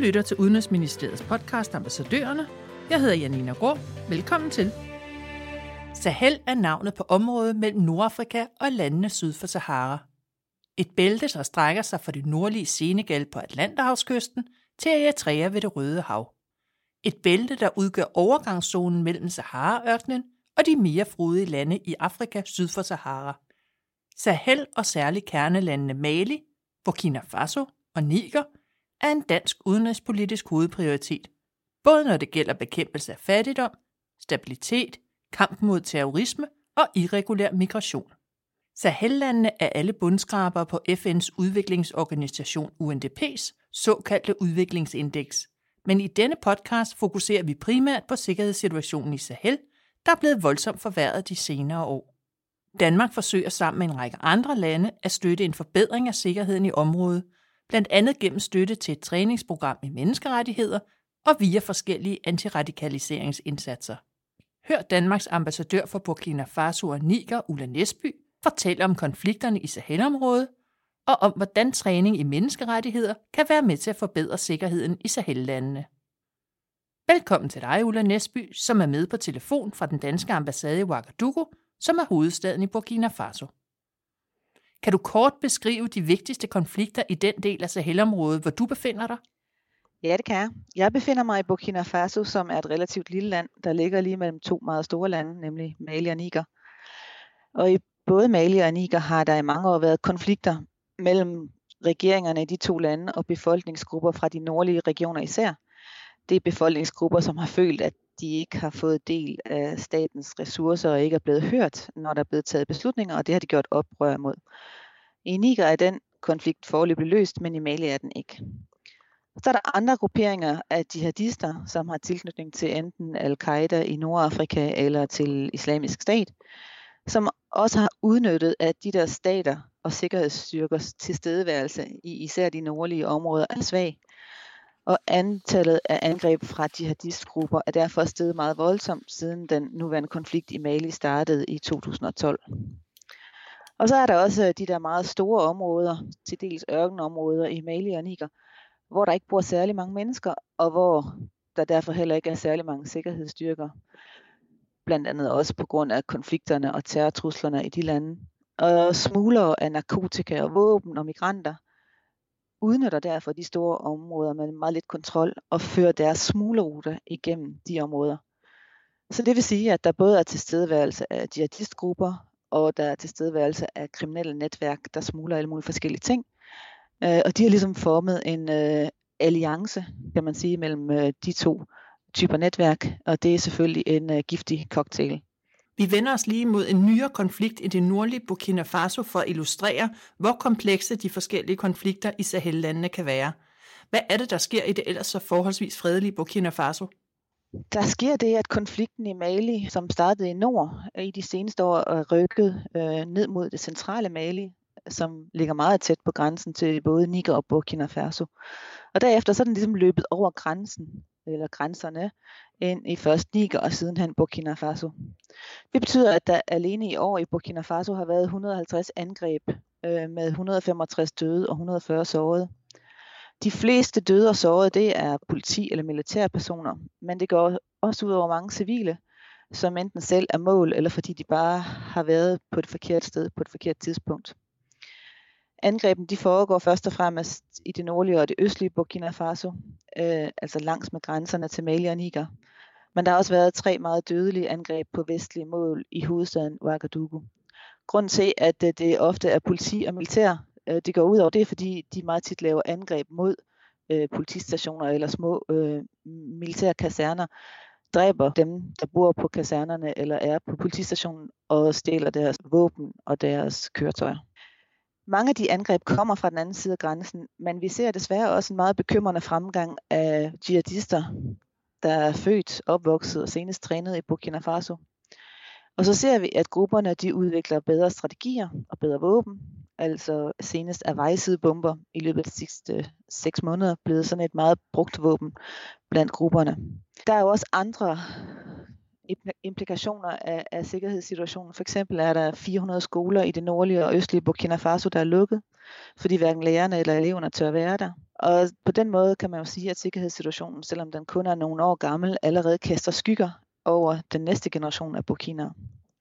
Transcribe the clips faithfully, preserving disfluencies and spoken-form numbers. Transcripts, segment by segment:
lytter til Udenrigsministeriets podcast Ambassadørerne. Jeg hedder Janina Grå. Velkommen til. Sahel er navnet på området mellem Nordafrika og landene syd for Sahara. Et bælte, der strækker sig fra det nordlige Senegal på Atlanterhavskysten til Eritrea ved det Røde Hav. Et bælte, der udgør overgangszonen mellem Sahara-ørkenen og de mere frodige lande i Afrika syd for Sahara. Sahel og særligt kernelandene Mali, Burkina Faso og Niger er en dansk udenrigspolitisk hovedprioritet, både når det gælder bekæmpelse af fattigdom, stabilitet, kamp mod terrorisme og irregulær migration. Sahellandene er alle bundskrabere på F N's udviklingsorganisation U N D P's såkaldte udviklingsindeks. Men i denne podcast fokuserer vi primært på sikkerhedssituationen i Sahel, der er blevet voldsomt forværret de senere år. Danmark forsøger sammen med en række andre lande at støtte en forbedring af sikkerheden i området, blandt andet gennem støtte til et træningsprogram i menneskerettigheder og via forskellige antiradikaliseringsindsatser. Hør Danmarks ambassadør for Burkina Faso og Niger, Ulla Næsby, fortælle om konflikterne i Sahelområdet og om, hvordan træning i menneskerettigheder kan være med til at forbedre sikkerheden i Sahellandene. Velkommen til dig, Ulla Næsby, som er med på telefon fra den danske ambassade i Ouagadougou, som er hovedstaden i Burkina Faso. Kan du kort beskrive de vigtigste konflikter i den del af Sahelområdet, hvor du befinder dig? Ja, det kan jeg. Jeg befinder mig i Burkina Faso, som er et relativt lille land, der ligger lige mellem to meget store lande, nemlig Mali og Niger. Og i både Mali og Niger har der i mange år været konflikter mellem regeringerne i de to lande og befolkningsgrupper fra de nordlige regioner især. Det er befolkningsgrupper, som har følt, at de ikke har fået del af statens ressourcer og ikke er blevet hørt, når der er blevet taget beslutninger, og det har de gjort oprør mod. I Niger er den konflikt foreløbig løst, men i Mali er den ikke. Så er der andre grupperinger af jihadister, som har tilknytning til enten Al-Qaida i Nordafrika eller til Islamisk Stat, som også har udnyttet, at de der stater og sikkerhedsstyrkers tilstedeværelse i især de nordlige områder er svag. Og antallet af angreb fra jihadistgrupper er derfor steget meget voldsomt, siden den nuværende konflikt i Mali startede i to tusind og tolv. Og så er der også de der meget store områder, til dels ørkenområder i Mali og Niger, hvor der ikke bor særlig mange mennesker, og hvor der derfor heller ikke er særlig mange sikkerhedsstyrker. Blandt andet også på grund af konflikterne og terrortruslerne i de lande. Og smuglere af narkotika og våben og migranter udnytter derfor de store områder med meget lidt kontrol og fører deres smuglerruter igennem de områder. Så det vil sige, at der både er tilstedeværelse af jihadistgrupper, og der er tilstedeværelse af kriminelle netværk, der smugler alle mulige forskellige ting. Og de har ligesom formet en øh, alliance, kan man sige, mellem øh, de to typer netværk, og det er selvfølgelig en øh, giftig cocktail. Vi vender os lige mod en nyere konflikt i det nordlige Burkina Faso for at illustrere, hvor komplekse de forskellige konflikter i Sahellandene kan være. Hvad er det, der sker i det ellers så forholdsvis fredelige Burkina Faso? Der sker det, at konflikten i Mali, som startede i nord, i de seneste år er rykket øh, ned mod det centrale Mali, som ligger meget tæt på grænsen til både Niger og Burkina Faso. Og derefter så er den ligesom løbet over grænsen, eller grænserne, ind i først Niger og sidenhen Burkina Faso. Det betyder, at der alene i år i Burkina Faso har været et hundrede og halvtreds angreb øh, med et hundrede og femogtres døde og et hundrede og fyrre sårede. De fleste døde og sårede, det er politi- eller militærpersoner, men det går også ud over mange civile, som enten selv er mål, eller fordi de bare har været på et forkert sted på et forkert tidspunkt. Angrebene de foregår først og fremmest i det nordlige og det østlige Burkina Faso, øh, altså langs med grænserne til Mali og Niger. Men der har også været tre meget dødelige angreb på vestlige mål i hovedstaden Ouagadougou. Grunden til, at øh, det ofte er politi og militær, øh, det går ud over, det er fordi de meget tit laver angreb mod øh, politistationer eller små øh, militære kaserner, dræber dem, der bor på kasernerne eller er på politistationen og stjæler deres våben og deres køretøjer. Mange af de angreb kommer fra den anden side af grænsen, men vi ser desværre også en meget bekymrende fremgang af jihadister, der er født, opvokset og senest trænet i Burkina Faso. Og så ser vi, at grupperne de udvikler bedre strategier og bedre våben. Altså senest er vejsidebomber i løbet af de sidste seks måneder blevet sådan et meget brugt våben blandt grupperne. Der er jo også andre implikationer af, af sikkerhedssituationen. For eksempel er der fire hundrede skoler i det nordlige og østlige Burkina Faso, der er lukket, fordi hverken lærerne eller eleverne tør være der. Og på den måde kan man jo sige, at sikkerhedssituationen, selvom den kun er nogle år gammel, allerede kaster skygger over den næste generation af burkinere.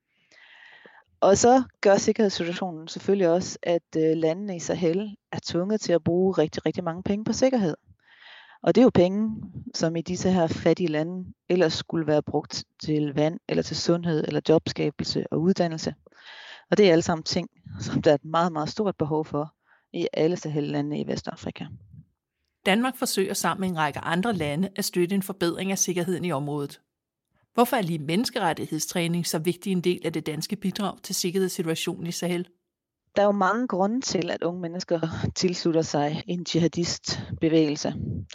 Og så gør sikkerhedssituationen selvfølgelig også, at øh, landene i Sahel er tvunget til at bruge rigtig, rigtig mange penge på sikkerhed. Og det er jo penge, som i disse her fattige lande ellers skulle være brugt til vand, eller til sundhed, eller jobskabelse og uddannelse. Og det er alle sammen ting, som der er et meget, meget stort behov for i alle Sahel-landene i Vestafrika. Danmark forsøger sammen med en række andre lande at støtte en forbedring af sikkerheden i området. Hvorfor er lige menneskerettighedstræning så vigtig en del af det danske bidrag til sikkerhedssituationen i Sahel? Der er jo mange grunde til, at unge mennesker tilslutter sig en jihadistbevægelse.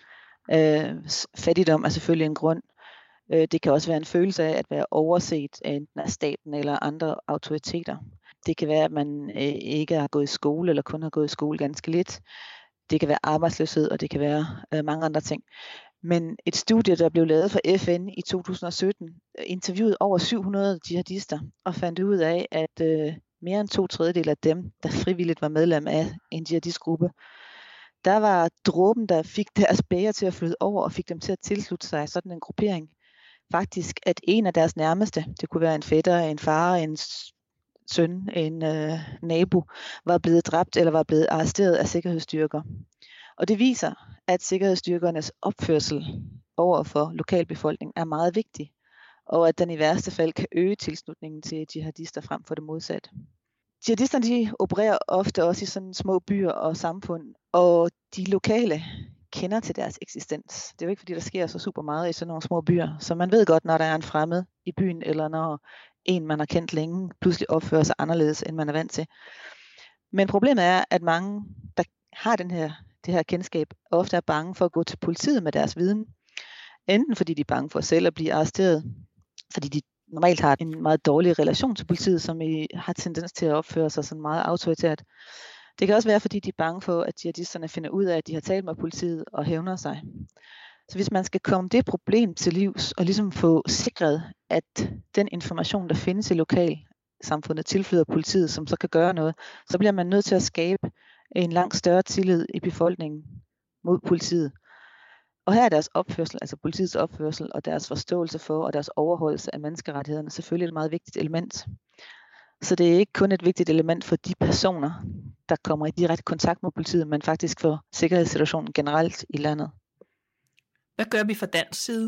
Øh, fattigdom er selvfølgelig en grund. Øh, det kan også være en følelse af at være overset af enten af staten eller andre autoriteter. Det kan være, at man øh, ikke har gået i skole eller kun har gået i skole ganske lidt. Det kan være arbejdsløshed, og det kan være øh, mange andre ting. Men et studie, der blev lavet for F N i to tusind og sytten, interviewede over syv hundrede jihadister og fandt ud af, at øh, mere end to tredjedel af dem, der frivilligt var medlem af en jihadistgruppe, der var dråben, der fik deres bæger til at flyde over og fik dem til at tilslutte sig sådan en gruppering. Faktisk, at en af deres nærmeste, det kunne være en fætter, en far, en søn, en øh, nabo, var blevet dræbt eller var blevet arresteret af sikkerhedsstyrker. Og det viser, at sikkerhedsstyrkernes opførsel over for lokalbefolkningen er meget vigtig, og at den i værste fald kan øge tilslutningen til jihadister frem for det modsatte. Jihadisterne de opererer ofte også i sådan små byer og samfund, og de lokale kender til deres eksistens. Det er jo ikke fordi, der sker så super meget i sådan nogle små byer, så man ved godt, når der er en fremmed i byen, eller når en, man har kendt længe, pludselig opfører sig anderledes, end man er vant til. Men problemet er, at mange, der har den her, det her kendskab, ofte er bange for at gå til politiet med deres viden. Enten fordi de er bange for selv at blive arresteret, fordi de normalt har en meget dårlig relation til politiet, som I har tendens til at opføre sig sådan meget autoritært. Det kan også være, fordi de er bange for, at jihadisterne finder ud af, at de har talt med politiet og hævner sig. Så hvis man skal komme det problem til livs, og ligesom få sikret, at den information, der findes i lokalsamfundet, tilflyder politiet, som så kan gøre noget, så bliver man nødt til at skabe en langt større tillid i befolkningen mod politiet. Og her er deres opførsel, altså politiets opførsel, og deres forståelse for, og deres overholdelse af menneskerettighederne selvfølgelig et meget vigtigt element. Så det er ikke kun et vigtigt element for de personer, der kommer i direkte kontakt med politiet, men faktisk for sikkerhedssituationen generelt i landet. Hvad gør vi fra dansk side?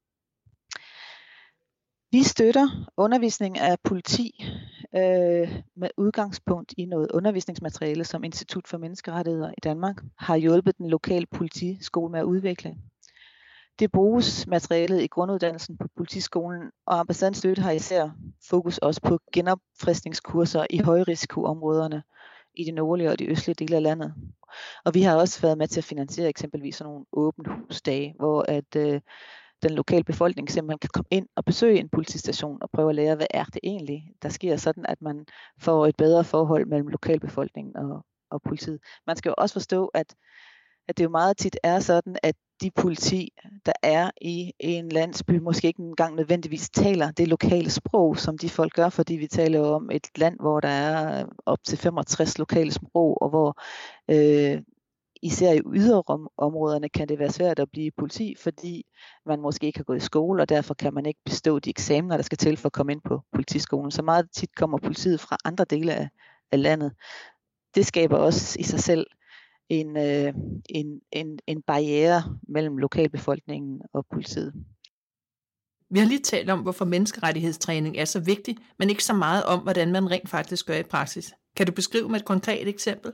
Vi støtter undervisning af politi øh, med udgangspunkt i noget undervisningsmateriale, som Institut for Menneskerettigheder i Danmark har hjulpet den lokale politiskole med at udvikle. Det bruges materialet i grunduddannelsen på politiskolen, og ambassadens støtte har især fokus også på genopfriskningskurser i højrisikoområderne i de nordlige og de østlige dele af landet. Og vi har også været med til at finansiere eksempelvis sådan nogle åbent husdage, hvor at øh, den lokale befolkning simpelthen kan komme ind og besøge en politistation og prøve at lære, hvad er det egentlig, der sker, sådan at man får et bedre forhold mellem lokalbefolkningen og, og politiet. Man skal jo også forstå, at, at det jo meget tit er sådan, at de politi, der er i en landsby, måske ikke engang nødvendigvis taler det lokale sprog, som de folk gør, fordi vi taler jo om et land, hvor der er op til femogtres lokale sprog, og hvor øh, især i yderområderne kan det være svært at blive politi, fordi man måske ikke har gået i skole, og derfor kan man ikke bestå de eksamener, der skal til for at komme ind på politiskolen. Så meget tit kommer politiet fra andre dele af, af landet. Det skaber også i sig selv en, øh, en, en, en barriere mellem lokalbefolkningen og politiet. Vi har lige talt om, hvorfor menneskerettighedstræning er så vigtig, men ikke så meget om, hvordan man rent faktisk gør i praksis. Kan du beskrive med et konkret eksempel?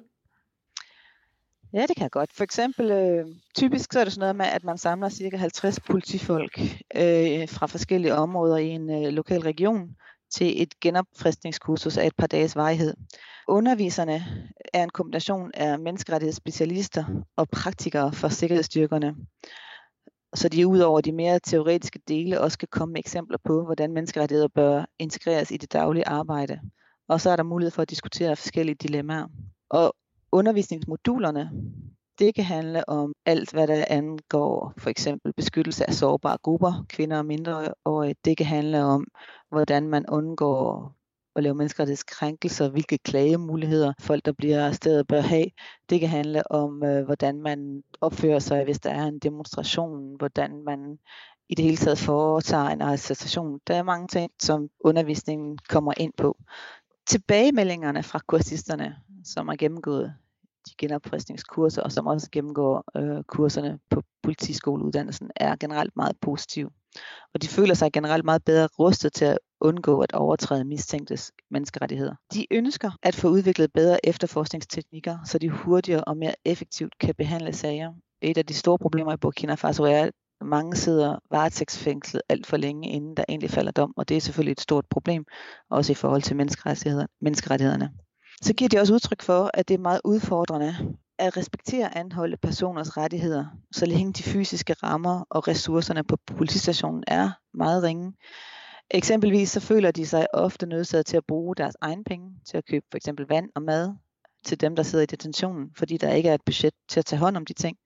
Ja, det kan jeg godt. For eksempel, øh, typisk så er det sådan noget med, at man samler cirka halvtreds politifolk øh, fra forskellige områder i en øh, lokal region til et genopfriskningskursus af et par dages varighed. Underviserne er en kombination af menneskerettighedsspecialister og praktikere for sikkerhedsstyrkerne, så de ud over de mere teoretiske dele også kan komme med eksempler på, hvordan menneskerettigheder bør integreres i det daglige arbejde. Og så er der mulighed for at diskutere forskellige dilemmaer. Og undervisningsmodulerne, det kan handle om alt, hvad der angår for eksempel beskyttelse af sårbare grupper, kvinder og mindreårige. Det kan handle om, hvordan man undgår at lave menneskerettighedskrænkelser, hvilke klagemuligheder folk, der bliver arresteret, bør have. Det kan handle om, øh, hvordan man opfører sig, hvis der er en demonstration, hvordan man i det hele taget foretager en arrestation. Der er mange ting, som undervisningen kommer ind på. Tilbagemeldingerne fra kursisterne, som har gennemgået de genopredsningskurser, og som også gennemgår øh, kurserne på politiskoleuddannelsen, er generelt meget positive. Og de føler sig generelt meget bedre rustet til at undgå at overtræde mistænktes menneskerettigheder. De ønsker at få udviklet bedre efterforskningsteknikker, så de hurtigere og mere effektivt kan behandle sager. Et af de store problemer i Burkina Faso er, at mange sidder varetægtsfængslet alt for længe, inden der egentlig falder dom, og det er selvfølgelig et stort problem, også i forhold til menneskerettighederne. Så giver de også udtryk for, at det er meget udfordrende at respektere anholdte personers rettigheder, så længe de fysiske rammer og ressourcerne på politistationen er meget ringe. Eksempelvis så føler de sig ofte nødsaget til at bruge deres egen penge til at købe for eksempel vand og mad til dem, der sidder i detentionen, fordi der ikke er et budget til at tage hånd om de ting.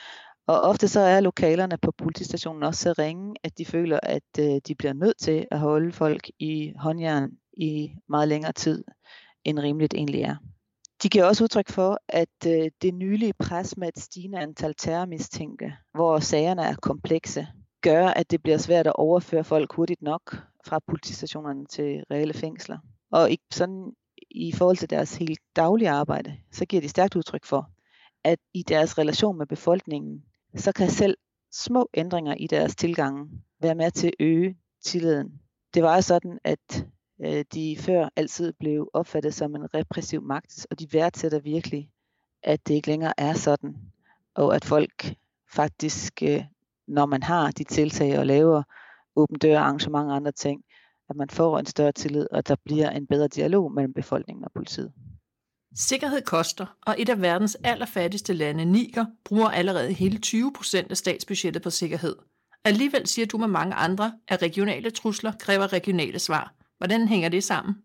Og ofte så er lokalerne på politistationen også så ringe, at de føler, at øh, de bliver nødt til at holde folk i håndjern i meget længere tid, end rimeligt egentlig er. De giver også udtryk for, at øh, det nylige pres med et stigende antal terrormistænkte, hvor sagerne er komplekse, gør, at det bliver svært at overføre folk hurtigt nok fra politistationerne til reelle fængsler. Og i, sådan, i forhold til deres helt daglige arbejde, så giver de stærkt udtryk for, at i deres relation med befolkningen, så kan selv små ændringer i deres tilgange være med til at øge tilliden. Det var sådan, at øh, de før altid blev opfattet som en repressiv magt, og de værdsætter virkelig, at det ikke længere er sådan, og at folk faktisk, øh, når man har de tiltag og laver åben dør arrangementer og andre ting, at man får en større tillid, og der bliver en bedre dialog mellem befolkningen og politiet. Sikkerhed koster, og et af verdens allerfattigste lande, Niger, bruger allerede hele tyve procent af statsbudgettet på sikkerhed. Alligevel siger du med mange andre, at regionale trusler kræver regionale svar. Hvordan hænger det sammen?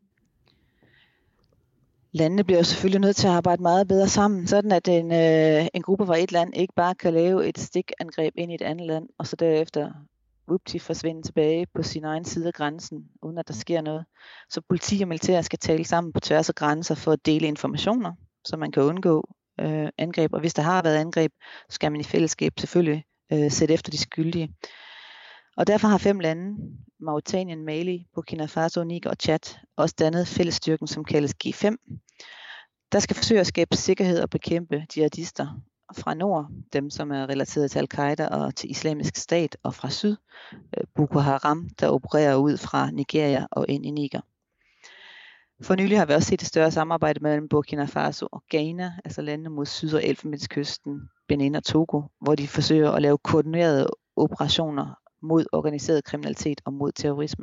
Landene bliver selvfølgelig nødt til at arbejde meget bedre sammen, sådan at en, øh, en gruppe fra et land ikke bare kan lave et stikangreb ind i et andet land, og så derefter whoopty forsvinde tilbage på sin egen side af grænsen, uden at der sker noget. Så politi og militær skal tale sammen på tværs af grænser for at dele informationer, så man kan undgå øh, angreb. Og hvis der har været angreb, så skal man i fællesskab selvfølgelig øh, sætte efter de skyldige. Og derfor har fem lande, Mauretanien, Mali, Burkina Faso, Niger og Chad, også dannet fællesstyrken, som kaldes G fem. Der skal forsøge at skabe sikkerhed og bekæmpe jihadister fra nord, dem som er relateret til Al-Qaida og til Islamisk Stat, og fra syd, Boko Haram, der opererer ud fra Nigeria og ind i Niger. For nylig har vi også set et større samarbejde mellem Burkina Faso og Ghana, altså landene mod syd- og Elfenbenskysten, Benin og Togo, hvor de forsøger at lave koordinerede operationer mod organiseret kriminalitet og mod terrorisme.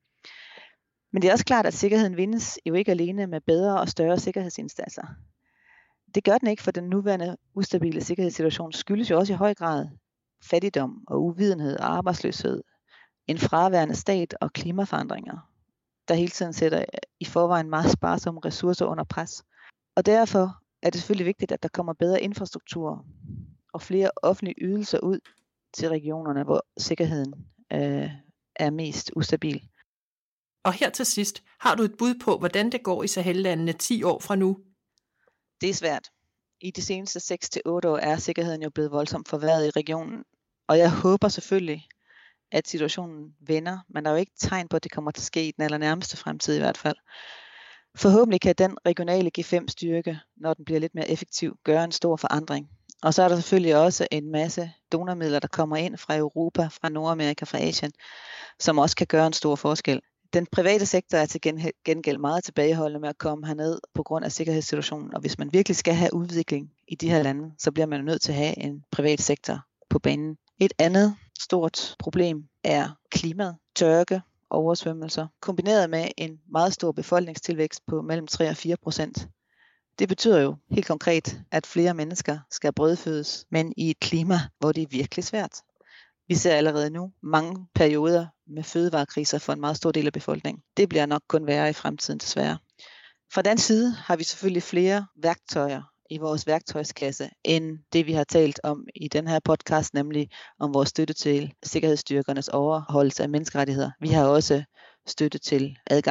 Men det er også klart, at sikkerheden vindes jo ikke alene med bedre og større sikkerhedsindsatser. Det gør den ikke, for den nuværende ustabile sikkerhedssituation skyldes jo også i høj grad fattigdom og uvidenhed og arbejdsløshed, en fraværende stat og klimaforandringer, der hele tiden sætter i forvejen meget sparsomme ressourcer under pres. Og derfor er det selvfølgelig vigtigt, at der kommer bedre infrastruktur og flere offentlige ydelser ud til regionerne, hvor sikkerheden øh, er mest ustabil. Og her til sidst, har du et bud på, hvordan det går i Sahel-landene ti år fra nu? Det er svært. I de seneste seks til otte år er sikkerheden jo blevet voldsomt forværret i regionen. Og jeg håber selvfølgelig, at situationen vender, men der er jo ikke tegn på, at det kommer til at ske i den allernærmeste fremtid i hvert fald. Forhåbentlig kan den regionale G fem styrke, når den bliver lidt mere effektiv, gøre en stor forandring. Og så er der selvfølgelig også en masse donormidler, der kommer ind fra Europa, fra Nordamerika, fra Asien, som også kan gøre en stor forskel. Den private sektor er til gengæld meget tilbageholdende med at komme herned på grund af sikkerhedssituationen, og hvis man virkelig skal have udvikling i de her lande, så bliver man nødt til at have en privat sektor på banen. Et andet stort problem er klimaet, tørke, oversvømmelser, kombineret med en meget stor befolkningstilvækst på mellem tre og fire procent. Det betyder jo helt konkret, at flere mennesker skal brødfødes, men i et klima, hvor det er virkelig svært. Vi ser allerede nu mange perioder med fødevarekriser for en meget stor del af befolkningen. Det bliver nok kun værre i fremtiden desværre. Fra den side har vi selvfølgelig flere værktøjer i vores værktøjskasse, end det vi har talt om i den her podcast, nemlig om vores støtte til sikkerhedsstyrkernes overholdelse af menneskerettigheder. Vi har også støtte til adgang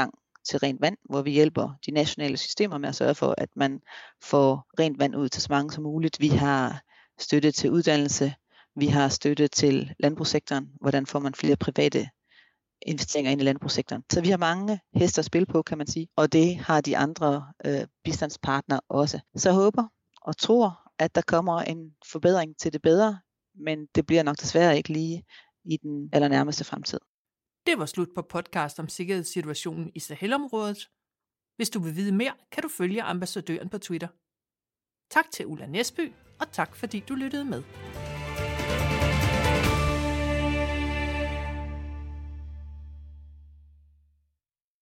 til rent vand, hvor vi hjælper de nationale systemer med at sørge for, at man får rent vand ud til så mange som muligt. Vi har støtte til uddannelse, vi har støtte til landbrugssektoren, hvordan får man flere private investeringer ind i landbrugssektoren. Så vi har mange heste at spille på, kan man sige, og det har de andre øh, bistandspartnere også. Så jeg håber og tror, at der kommer en forbedring til det bedre, men det bliver nok desværre ikke lige i den allernærmeste fremtid. Det var slut på podcast om sikkerhedssituationen i Sahelområdet. Hvis du vil vide mere, kan du følge ambassadøren på Twitter. Tak til Ulla Næsby, og tak fordi du lyttede med.